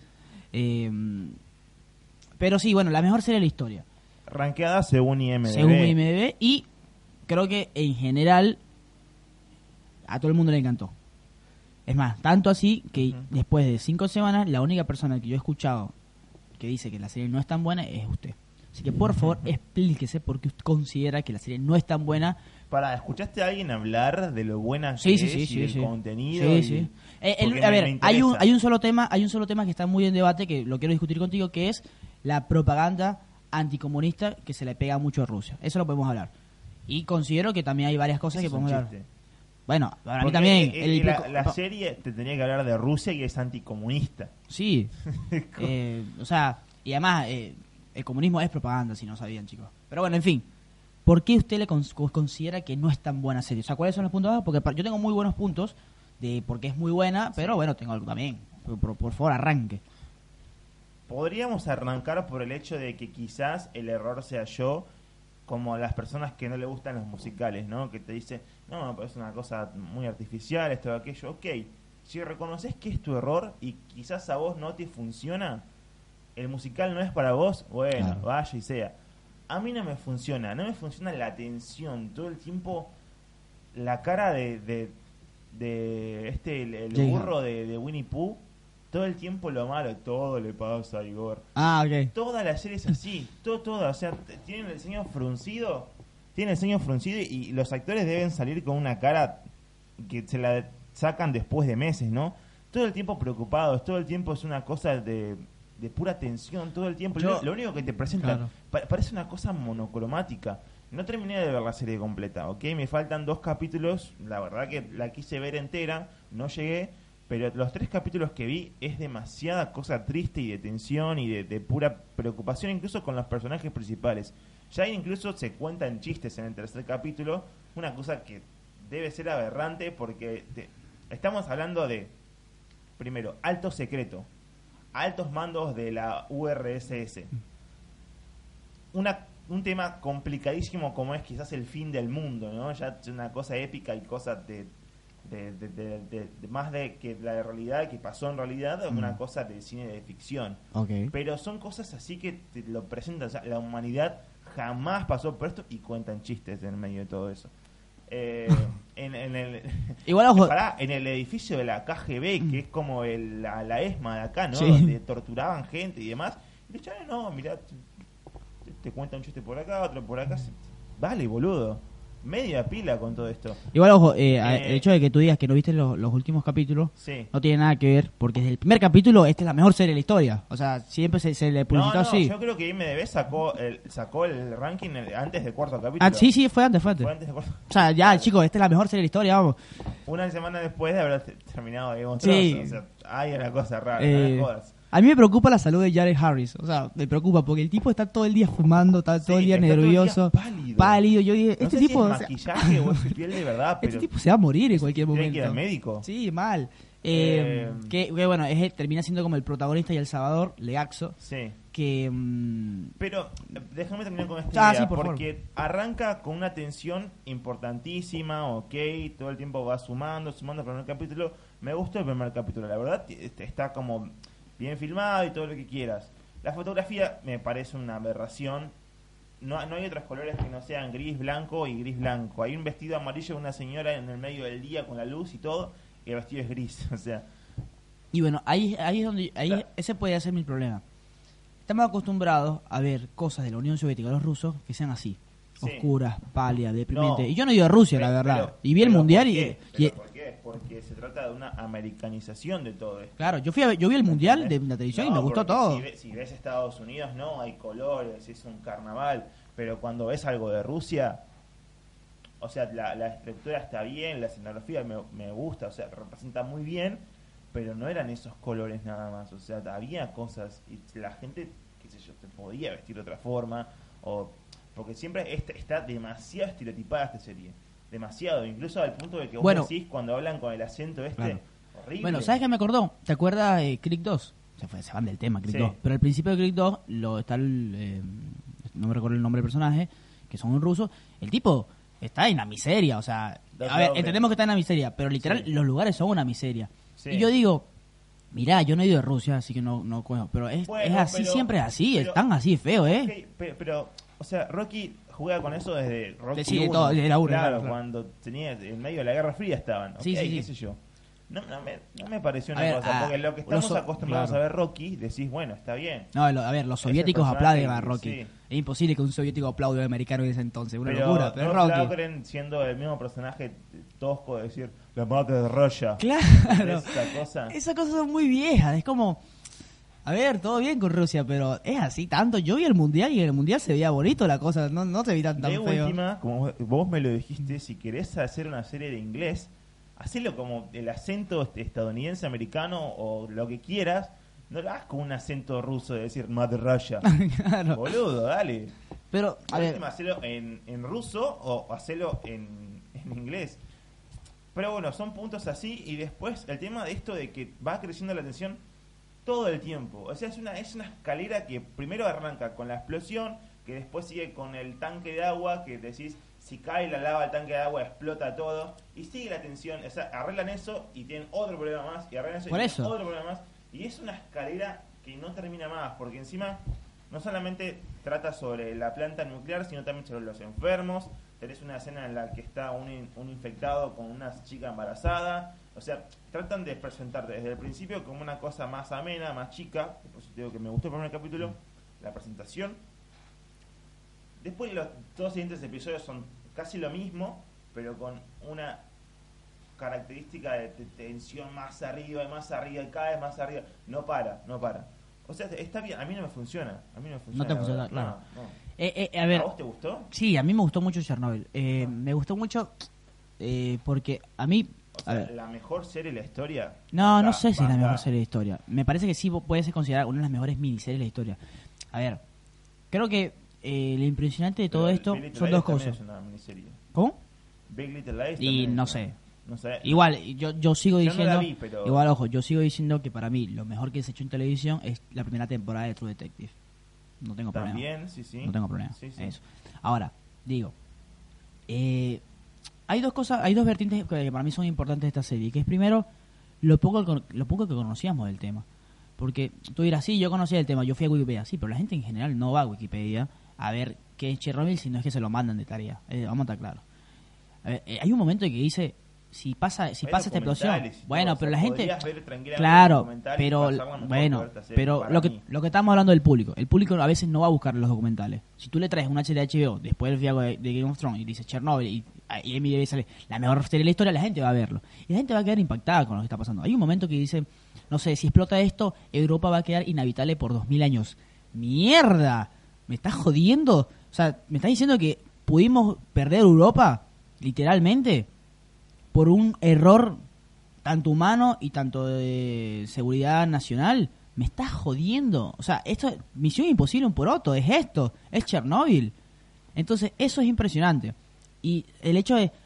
Pero sí, bueno, la mejor serie de la historia. Rankeada según IMDb. Y creo que en general a todo el mundo le encantó. Es más, tanto así que después de 5 semanas la única persona que yo he escuchado que dice que la serie no es tan buena es usted. Así que por favor explíquese por qué usted considera que la serie no es tan buena. ¿Escuchaste a alguien hablar de lo buena que es y del contenido? Sí. A ver, hay un solo tema que está muy en debate, que lo quiero discutir contigo, que es la propaganda anticomunista que se le pega mucho a Rusia. Eso lo podemos hablar. Y considero que también hay varias cosas que podemos hablar. Bueno, para mí también... La serie te tenía que hablar de Rusia y es anticomunista. Sí. O sea, y además el comunismo es propaganda, si no sabían, chicos. Pero bueno, en fin. ¿Por qué usted le considera que no es tan buena serie? O sea, ¿cuáles son los puntos bajos? Porque yo tengo muy buenos puntos de por qué es muy buena, pero bueno, tengo algo también. Por favor, arranque. Podríamos arrancar por el hecho de que quizás el error sea yo, como las personas que no le gustan los musicales, ¿no? Que te dicen, no, pero es una cosa muy artificial, esto o aquello. Ok, si reconoces que es tu error y quizás a vos no te funciona, el musical no es para vos, bueno, claro, vaya y sea. A mí no me funciona la tensión, todo el tiempo la cara de el burro de Winnie Pooh, todo el tiempo lo malo, todo le pasa a Igor. Ok. Toda la serie es así, toda, o sea, tienen el ceño fruncido, y los actores deben salir con una cara que se la sacan después de meses, ¿no? Todo el tiempo preocupados, todo el tiempo es una cosa de pura tensión, todo el tiempo. Lo único que te presentan parece una cosa monocromática. No terminé de ver la serie completa, ¿ok? Me faltan 2 capítulos, la verdad que la quise ver entera, no llegué, pero los 3 capítulos que vi es demasiada cosa triste y de tensión y de pura preocupación, incluso con los personajes principales. Ya incluso se cuentan chistes en el 3er capítulo, una cosa que debe ser aberrante porque estamos hablando de, primero, alto secreto, altos mandos de la URSS, un tema complicadísimo como es quizás el fin del mundo, ¿no? Ya es una cosa épica y cosa de más de que la realidad que pasó en realidad, una cosa de cine de ficción. Okay. Pero son cosas así que te lo presentan, o sea, la humanidad jamás pasó por esto y cuentan chistes en medio de todo eso. En el Igual, ojo. en el edificio de la KGB, que es como la ESMA de acá, ¿no? Sí. Donde torturaban gente y demás. Y los chavales, no, mirá, te cuentan un chiste por acá, otro por acá. Vale, boludo. Media pila con todo esto. Igual, ojo, el hecho de que tú digas que no viste los últimos capítulos Sí. no tiene nada que ver, porque desde el primer capítulo esta es la mejor serie de la historia. O sea, siempre se le publicitó así. Yo creo que IMDb sacó el ranking antes del cuarto capítulo. Sí, fue antes. Fue antes del cuarto. O sea, ya, chicos, esta es la mejor serie de la historia, vamos. Una semana después de haber terminado Game of Sí. Thrones. O sea, hay una cosa rara, no me jodas. A mí me preocupa la salud de Jared Harris. O sea, me preocupa porque el tipo está todo el día fumando, está todo el día está todo el día nervioso, pálido. Yo dije, No este sé tipo, si es maquillaje o es su piel de verdad, pero este tipo se va a morir en cualquier tiene momento. que ir al médico. Sí, mal. Que bueno, termina siendo como el protagonista y el salvador, Leaxo, Sí. que... Pero déjame terminar con esta idea, sí, por porque arranca con una tensión importantísima, ok, todo el tiempo va sumando el primer capítulo. Me gustó el primer capítulo, la verdad está como bien filmado y todo lo que quieras. La fotografía me parece una aberración. No hay otros colores que no sean gris, blanco y gris, blanco. Hay un vestido amarillo de una señora en el medio del día con la luz y todo, y el vestido es gris, o sea... Y bueno, ahí es donde... Ese puede ser mi problema. Estamos acostumbrados a ver cosas de la Unión Soviética, los rusos, que sean así. Sí. Oscuras, pálidas, deprimentes. No. Y yo no he ido a Rusia, la verdad. Y vi el Mundial ¿Por qué? Porque se trata de una americanización de todo esto. Claro, yo vi el Mundial de la televisión y me gustó porque todo. Si ves Estados Unidos, no, hay colores, es un carnaval. Pero cuando ves algo de Rusia, o sea, la estructura está bien, la escenografía me gusta, o sea, representa muy bien, pero no eran esos colores nada más. O sea, había cosas y la gente, qué sé yo, se podía vestir de otra forma, o porque siempre está demasiado estereotipada esta serie. Demasiado, incluso al punto de que vos decís cuando hablan con el acento Claro. horrible. Bueno, ¿sabes qué me acordó? ¿Te acuerdas Creed 2? Se van del tema, Creed 2. Pero al principio de Creed 2 está no me recuerdo el nombre del personaje, que son un ruso. El tipo está en la miseria, o sea... A ver, entendemos que está en la miseria, pero literal los lugares son una miseria. Sí. Y yo digo... Mirá, yo no he ido a Rusia, así que no conozco. Pero es así, siempre es así, es tan así feo, ¿eh? Okay, pero, o sea, Rocky juega con eso desde Rocky Sí, 1. desde la 1, claro, claro. cuando tenía en medio de la Guerra Fría estaban. Sí, Okay, sí, qué sí. sé yo. No me pareció A una ver, cosa, porque lo que estamos acostumbrados claro. a ver Rocky, decís, bueno, está bien. No, a ver, los soviéticos personaje, aplauden a Rocky. sí. Es imposible que un soviético aplaude a un americano en ese entonces, una Pero locura. Pero no es Rocky. logren siendo el mismo personaje tosco de decir, la madre de Roya. Claro. Esa cosa. Esas cosas son muy viejas, es como... A ver, todo bien con Rusia, pero es así tanto. Yo vi el Mundial y en el Mundial se veía bonito la cosa, no se veía tan De feo. última, como vos me lo dijiste, si querés hacer una serie de inglés, hacelo como el acento estadounidense, americano o lo que quieras. No lo hagas con un acento ruso de decir Mother Russia. Claro. Boludo, dale. Pero, a ver, Hacelo en ruso o hacelo en inglés. Pero bueno, son puntos así. Y después el tema de esto de que va creciendo la tensión todo el tiempo. O sea, es una escalera que primero arranca con la explosión, que después sigue con el tanque de agua, que decís, si cae la lava al tanque de agua explota todo, y sigue la tensión. O sea, arreglan eso y tienen otro problema más, y arreglan eso Por y eso. tienen otro problema más. Y es una escalera que no termina más, porque encima no solamente trata sobre la planta nuclear, sino también sobre los enfermos. Tenés una escena en la que está un infectado con una chica embarazada. O sea, tratan de presentarte desde el principio como una cosa más amena, más chica. Por eso te digo que me gustó el primer capítulo, la presentación. Después los dos siguientes episodios son casi lo mismo, pero con una característica de tensión más arriba, cada vez más arriba. No para. O sea, está bien, a mí no me funciona. No te funciona, la verdad. claro. No. A ver, ¿A vos te gustó? sí, a mí me gustó mucho Chernobyl. Me gustó mucho porque a mí... O A sea, ver. la mejor serie de la historia. No sé si es la Banda. mejor serie de la historia. Me parece que sí puede ser considerada una de las mejores miniseries de la historia. A ver, creo que lo impresionante de todo Pero esto Big Little son Lies dos también cosas. Es una miniserie. ¿Cómo? Big Little Lies Y también no es sé. No sé. Igual, yo sigo Yo no diciendo... la vi, pero- Igual, ojo, yo sigo diciendo que para mí lo mejor que se ha hecho en televisión es la primera temporada de True Detective. No tengo problema. También, sí. No tengo problema. Sí. Eso. Ahora, digo, hay dos cosas, hay dos vertientes que para mí son importantes de esta serie, que es primero lo poco que conocíamos del tema. Porque tú dirás, sí, yo conocía el tema, yo fui a Wikipedia, sí, pero la gente en general no va a Wikipedia a ver que es Chernobyl, sino es que se lo mandan de tarea. Vamos a estar claros. Hay un momento en que dice, si pasa esta explosión, bueno, pero la gente, claro, pero bueno, pero lo que estamos hablando del público, el público a veces no va a buscar los documentales. Si tú le traes un HD de HBO después del fiasco de Game of Thrones y dice Chernobyl y IMDb sale la mejor serie de la historia, la gente va a verlo y la gente va a quedar impactada con lo que está pasando. Hay un momento que dice, no sé, si explota esto, Europa va a quedar inhabitable por 2000 años. ¡Mierda! ¿Me estás jodiendo? O sea, ¿me estás diciendo que pudimos perder Europa, literalmente, por un error tanto humano y tanto de seguridad nacional? ¿Me estás jodiendo? O sea, esto es Misión Imposible un poroto, es Chernobyl. Entonces, eso es impresionante. Y el hecho de...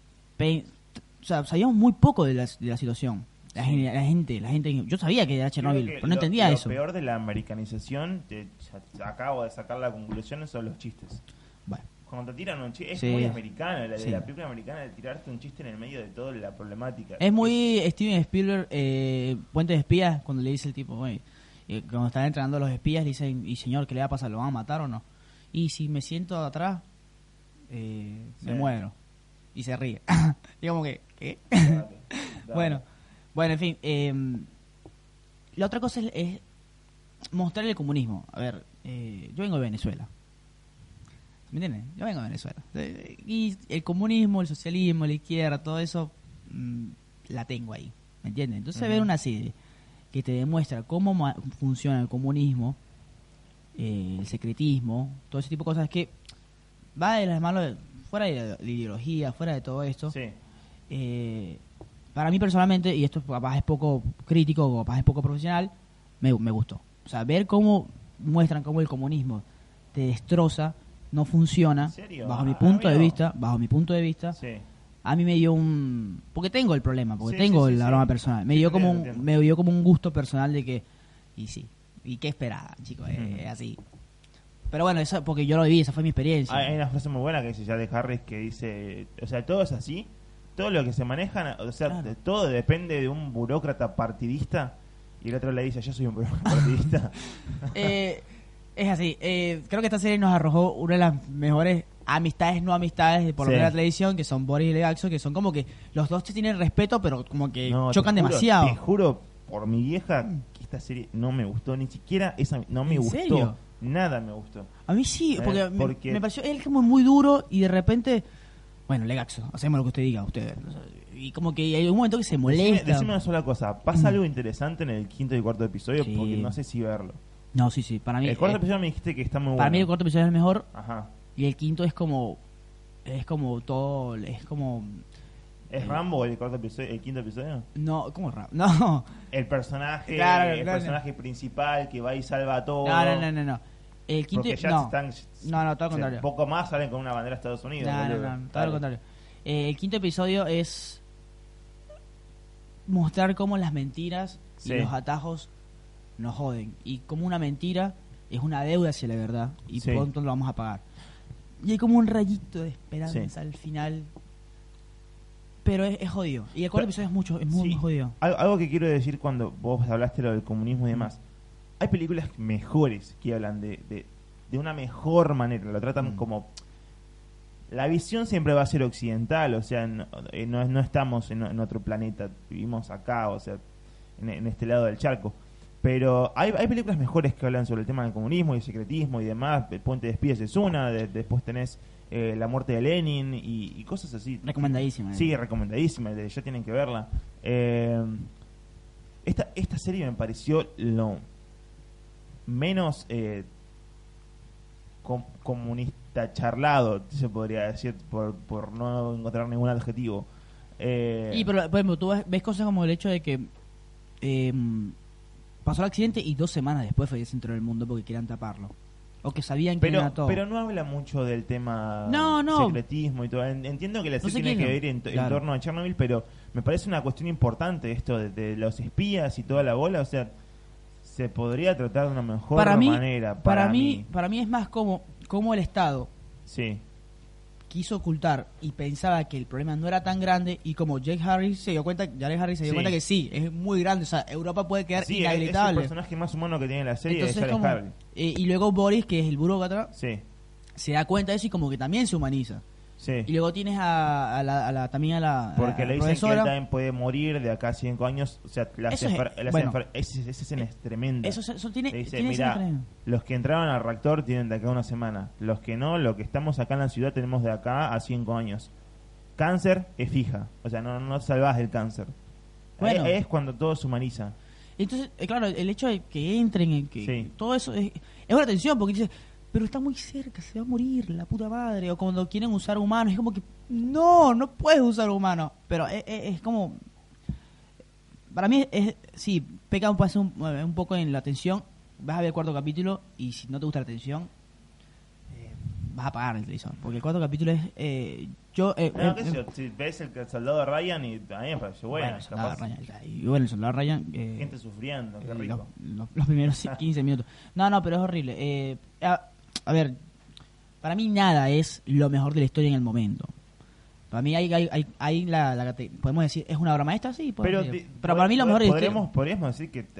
O sea, sabíamos muy poco de la situación. La gente, yo sabía que era Chernobyl, pero no entendía eso. Lo peor de la americanización, acabo de sacar la conclusión, son los chistes. Bueno. Cuando te tiran un chiste, es muy americano, la película americana de tirarte un chiste en el medio de toda la problemática. Es muy Steven Spielberg, Puente de Espías, cuando le dice el tipo, cuando están entrenando a los espías, le dicen, y señor, ¿qué le va a pasar? ¿Lo van a matar o no? Y si me siento atrás, me muero. Y se ríe. Y como que, ¿qué? Dale. Bueno, en fin, la otra cosa es mostrar el comunismo. A ver, yo vengo de Venezuela. ¿Me entiendes? Yo vengo de Venezuela. Y el comunismo, el socialismo, la izquierda, todo eso, la tengo ahí. ¿Me entiendes? Entonces, ver una serie que te demuestra cómo funciona el comunismo, el secretismo, todo ese tipo de cosas que va de las manos, fuera de la ideología, fuera de todo esto. Sí. Para mí personalmente, y esto capaz es poco crítico o capaz es poco profesional, me gustó. O sea, ver cómo muestran cómo el comunismo te destroza, no funciona, bajo mi punto de vista, sí. A mí me dio porque tengo el problema, tengo el aroma personal, me dio como un gusto personal de que, y qué esperaba, chicos, así. Pero bueno, eso porque yo lo viví, esa fue mi experiencia. Hay una frase muy buena que dice ya de Harris que dice, o sea, todo es así. Todo lo que se manejan, o sea, claro. Todo depende de un burócrata partidista. Y el otro le dice, yo soy un burócrata partidista. Es así. Creo que esta serie nos arrojó una de las mejores amistades, no amistades, por lo menos de la televisión, que son Boris y Legaxo, que son como que los dos te tienen respeto, pero como que chocan demasiado. Te juro, por mi vieja, que esta serie no me gustó, ni siquiera esa, no me gustó. ¿Serio? Nada me gustó. A mí sí, porque me pareció él como muy duro y de repente... Bueno, Legaxo, hacemos lo que usted diga, ustedes. Y como que hay un momento que se molesta. Decime una sola cosa. ¿Pasa algo interesante en el quinto y cuarto episodio? Sí. Porque no sé si verlo. No, sí. Para mí, el cuarto episodio me dijiste que está muy bueno. Para mí el cuarto episodio es el mejor. Ajá. Y el quinto es como todo... Es como... ¿Es Rambo el cuarto episodio, el quinto episodio? No, ¿cómo es Rambo? No. El personaje, personaje principal que va y salva a todos. No. El quinto porque ya no, todo lo contrario. Poco más salen con una bandera de Estados Unidos. No, todo lo contrario. El quinto episodio es mostrar cómo las mentiras y los atajos nos joden. Y como una mentira es una deuda hacia la verdad. Y pronto lo vamos a pagar. Y hay como un rayito de esperanza al final. Pero es jodido. Y el cuarto episodio es muy jodido. Algo que quiero decir cuando vos hablaste lo del comunismo y demás. Hay películas mejores que hablan de una mejor manera. Lo tratan como... La visión siempre va a ser occidental. O sea, no estamos en otro planeta. Vivimos acá, o sea, en este lado del charco. Pero hay películas mejores que hablan sobre el tema del comunismo y el secretismo y demás. El Puente de Espías es una. Después tenés La muerte de Lenin y cosas así. Recomendadísima. Sí, recomendadísima. Ya tienen que verla. Esta serie me pareció lo menos comunista charlado, se podría decir, por no encontrar ningún adjetivo. Y pero, por ejemplo, tú ves cosas como el hecho de que pasó el accidente y 2 semanas después fue el centro del mundo porque querían taparlo. O que sabían que era todo. Pero no habla mucho del tema secretismo y todo. Entiendo que la serie tiene que ver en torno a Chernobyl, pero me parece una cuestión importante esto de los espías y toda la bola. O sea, se podría tratar de una mejor manera. Para mí es más como el Estado quiso ocultar y pensaba que el problema no era tan grande, y como Jared Harris se dio cuenta que sí, es muy grande, o sea, Europa puede quedar inhabilitable. Es el personaje más humano que tiene la serie. Entonces, es Jared Harris. Y luego Boris, que es el burócrata, se da cuenta de eso y como que también se humaniza. Sí. Y luego tienes también a la Porque le dicen profesora. que él también puede morir de acá a 5 años. O sea, Eso es- esa escena es tremenda. Eso tiene, Le dice, tiene mira, escenas tremendas. los que entraron al reactor tienen de acá una semana. Los que no, lo que estamos acá en la ciudad tenemos de acá a 5 años. Cáncer es fija. O sea, no salvás del cáncer. Bueno. Ahí es cuando todo se humaniza. Entonces, claro, el hecho de que entren, que Sí. todo eso es una tensión, porque dices, pero está muy cerca, se va a morir, la puta madre. O cuando quieren usar humanos, es como que, no puedes usar humanos. Pero es como, para mí, sí, peca un poco en la tensión. Vas a ver el cuarto capítulo y si no te gusta la tensión, vas a apagar el televisor. Porque el cuarto capítulo es... No, qué sé yo, si ves el soldado Ryan y a mí me pareció bueno. el soldado capaz, Ryan, y bueno, el soldado Ryan... gente sufriendo, qué rico. Los primeros 15 minutos. No, pero es horrible. A ver, para mí nada es lo mejor de la historia en el momento. Para mí podemos decir, ¿es una obra maestra? Sí, Pero para mí lo mejor de la historia... podríamos decir que,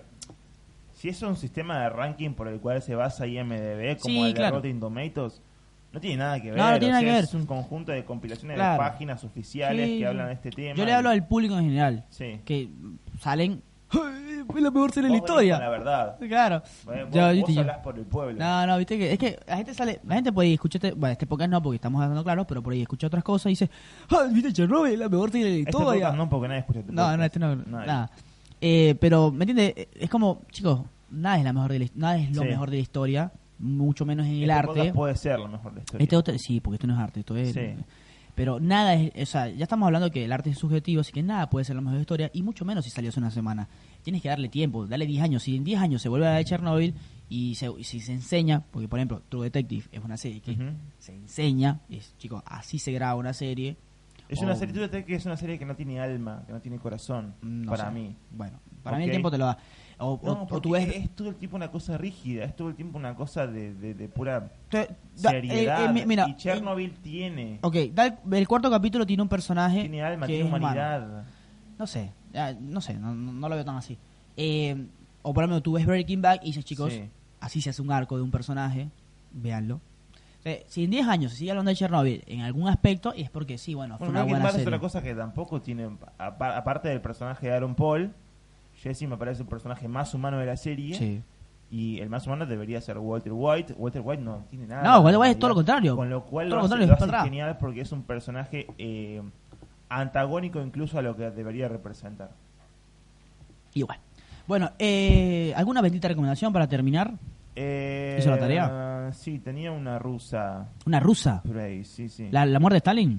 si es un sistema de ranking por el cual se basa IMDb, como Sí, el claro. de Rotten Tomatoes, no tiene nada que ver. No tiene nada que ver. Es un conjunto de compilaciones Claro. de páginas oficiales Sí, que hablan de este tema. Yo le hablo al público en general. Sí. Que salen... ¡Ay, fue la mejor serie de la Vos venís historia! con la verdad. Claro. Vos hablás por el pueblo. No, viste que es que la gente puede escuchar este podcast no, porque estamos hablando claro, pero por ahí escucha otras cosas y dice, ¡ah, viste Chernobyl, la mejor serie de la Este historia! podcast no, porque nadie escucha tu No, podcast. este no, Nadie. nada. Pero, ¿me entiendes? Es como, chicos, nada es lo Sí. mejor de la historia, mucho menos en el Este arte. podcast puede ser lo mejor de la historia. Sí, porque esto no es arte, esto es... Sí. Pero nada es, o sea, ya estamos hablando que el arte es subjetivo, así que nada puede ser la mejor de la historia, y mucho menos si salió hace una semana. Tienes que darle tiempo, dale 10 años. Si en 10 años se vuelve a la de Chernobyl y si se enseña, porque por ejemplo, True Detective es una serie que Ujú. se enseña, chicos, así se graba una serie. Es una serie, True Detective es una serie que no tiene alma, que no tiene corazón, No para sé. mí. Bueno, para mí Ok. el tiempo te lo da. O porque tú ves... es todo el tiempo una cosa rígida, es todo el tiempo una cosa de pura Da- seriedad. mira, y Chernobyl tiene el cuarto capítulo tiene un personaje alma, que tiene es humano. humanidad. No sé, no lo veo tan así. O por ejemplo, tú ves Breaking Bad y dices, chicos, Sí. así se hace un arco de un personaje, véanlo. O sea, si en 10 años se sigue hablando de Chernobyl en algún aspecto, y es porque sí, bueno, fue Bueno, una Breaking buena Bad es serie. otra cosa que tampoco tiene, aparte del personaje de Aaron Paul, Jesse me parece el personaje más humano de la serie. Sí. Y el más humano debería ser Walter White. Walter White no tiene nada. No, Walter White es todo lo contrario. Con lo cual Todo lo lo hace, contrario, lo es para hace atrás. genial porque es un personaje antagónico incluso a lo que debería representar. Igual. Bueno, ¿alguna bendita recomendación para terminar? ¿Hizo la tarea? Sí, tenía una rusa. ¿Una rusa? Por ahí, sí. ¿La muerte de Stalin?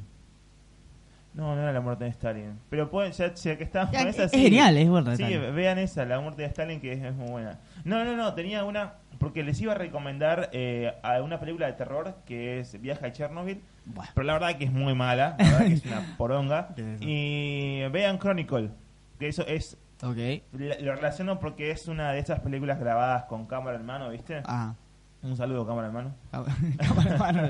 No era la muerte de Stalin. Pero pueden ser, si que está Ya, con esa, es sí. genial, es muerte de Sí, Stalin. vean esa, la muerte de Stalin, que es muy buena. No, tenía una, porque les iba a recomendar a una película de terror que es Viaje a Chernobyl, Bueno. pero la verdad que es muy mala, la verdad que es una poronga. ¿Qué es eso? Y vean Chronicle, que eso es, Ok. lo relaciono porque es una de esas películas grabadas con cámara en mano, ¿viste? Ah. Un saludo, cámara en mano. Cámara en mano.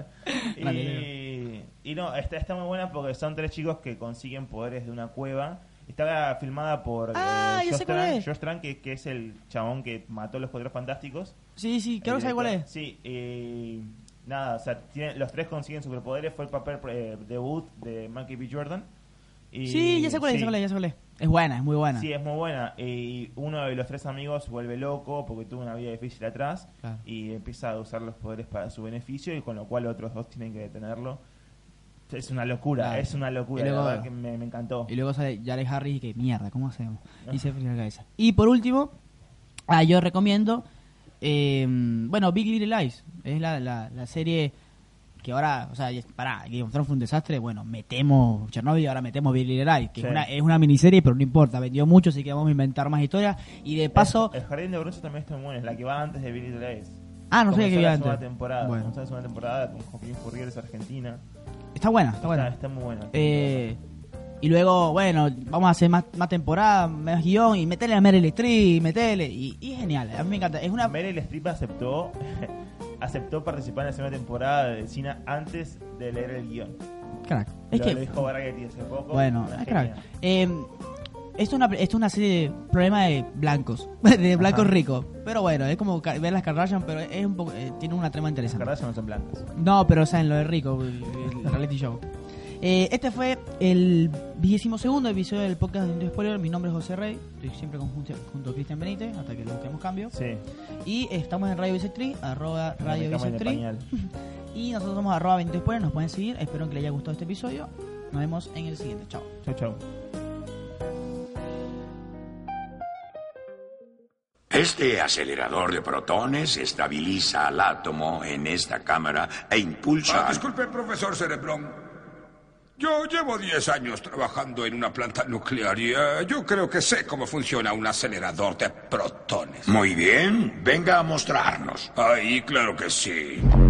Y no, está muy buena porque son 3 chicos que consiguen poderes de una cueva. Está filmada por Ah, ya sé cuál es. Josh Trank, que es el chabón que mató a los Cuatro Fantásticos. Sí, creo que sabe cuál es. Sí, nada, o sea, los 3 consiguen superpoderes. Fue el papel debut de Michael B. Jordan. Y, Sí, ya sé cuál es, sí. ya sé cuál es. Es buena, es muy buena. Sí, es muy buena. Y uno de los 3 amigos se vuelve loco porque tuvo una vida difícil atrás Claro. y empieza a usar los poderes para su beneficio y con lo cual otros 2 tienen que detenerlo. Es una locura, Claro. es una locura. Y luego- la verdad que me encantó. Y luego sale Jared Harris y que mierda, ¿cómo hacemos? Y se frena la cabeza. Y por último, yo recomiendo, Big Little Lies. Es la serie que ahora, o sea, pará, Game of Thrones fue un desastre. Bueno, metemos Chernobyl y ahora metemos Big Little Lies, que Sí. es una miniserie, pero no importa, vendió mucho, así que vamos a inventar más historias. Y de paso, El Jardín de Bronce también está muy bueno, es la que va antes de Billy the Lace. no sabía que había la antes. segunda temporada. Bueno, Comenzó la segunda temporada con Joaquín Furrier, es argentina. está buena. Está muy buena. Y luego, bueno, vamos a hacer más temporada, más guión y meterle a Meryl Streep, y es genial, a mí me encanta. Es una... Meryl Streep aceptó participar en la segunda temporada de cine antes de leer el guión. Crack. Es Lo que... dijo Variety hace poco. Bueno, una es crack. genia. Esto es una serie de problema de blancos, de blancos ricos. Pero bueno, es como ver las Kardashian, pero es un poco, tiene una trama Las interesante. Kardashian no son blancas. No, pero o sea, en lo de rico, el reality show. Este fue el 22º episodio del podcast de Nintendo Spoiler. Mi nombre es José Rey, estoy siempre junto a Cristian Benítez, hasta que lo busquemos cambio. Sí. Y estamos en Radio Bisectri, @ Radio Me cama en el Bisectri. pañal. Y nosotros somos @ Benítez Spoiler, nos pueden seguir. Espero que les haya gustado este episodio. Nos vemos en el siguiente. Chao. Chau, chau. Este acelerador de protones estabiliza al átomo en esta cámara e impulsa... Disculpe, profesor Cerebrón. Yo llevo 10 años trabajando en una planta nuclear y yo creo que sé cómo funciona un acelerador de protones. Muy bien, venga a mostrarnos. Ay, claro que sí.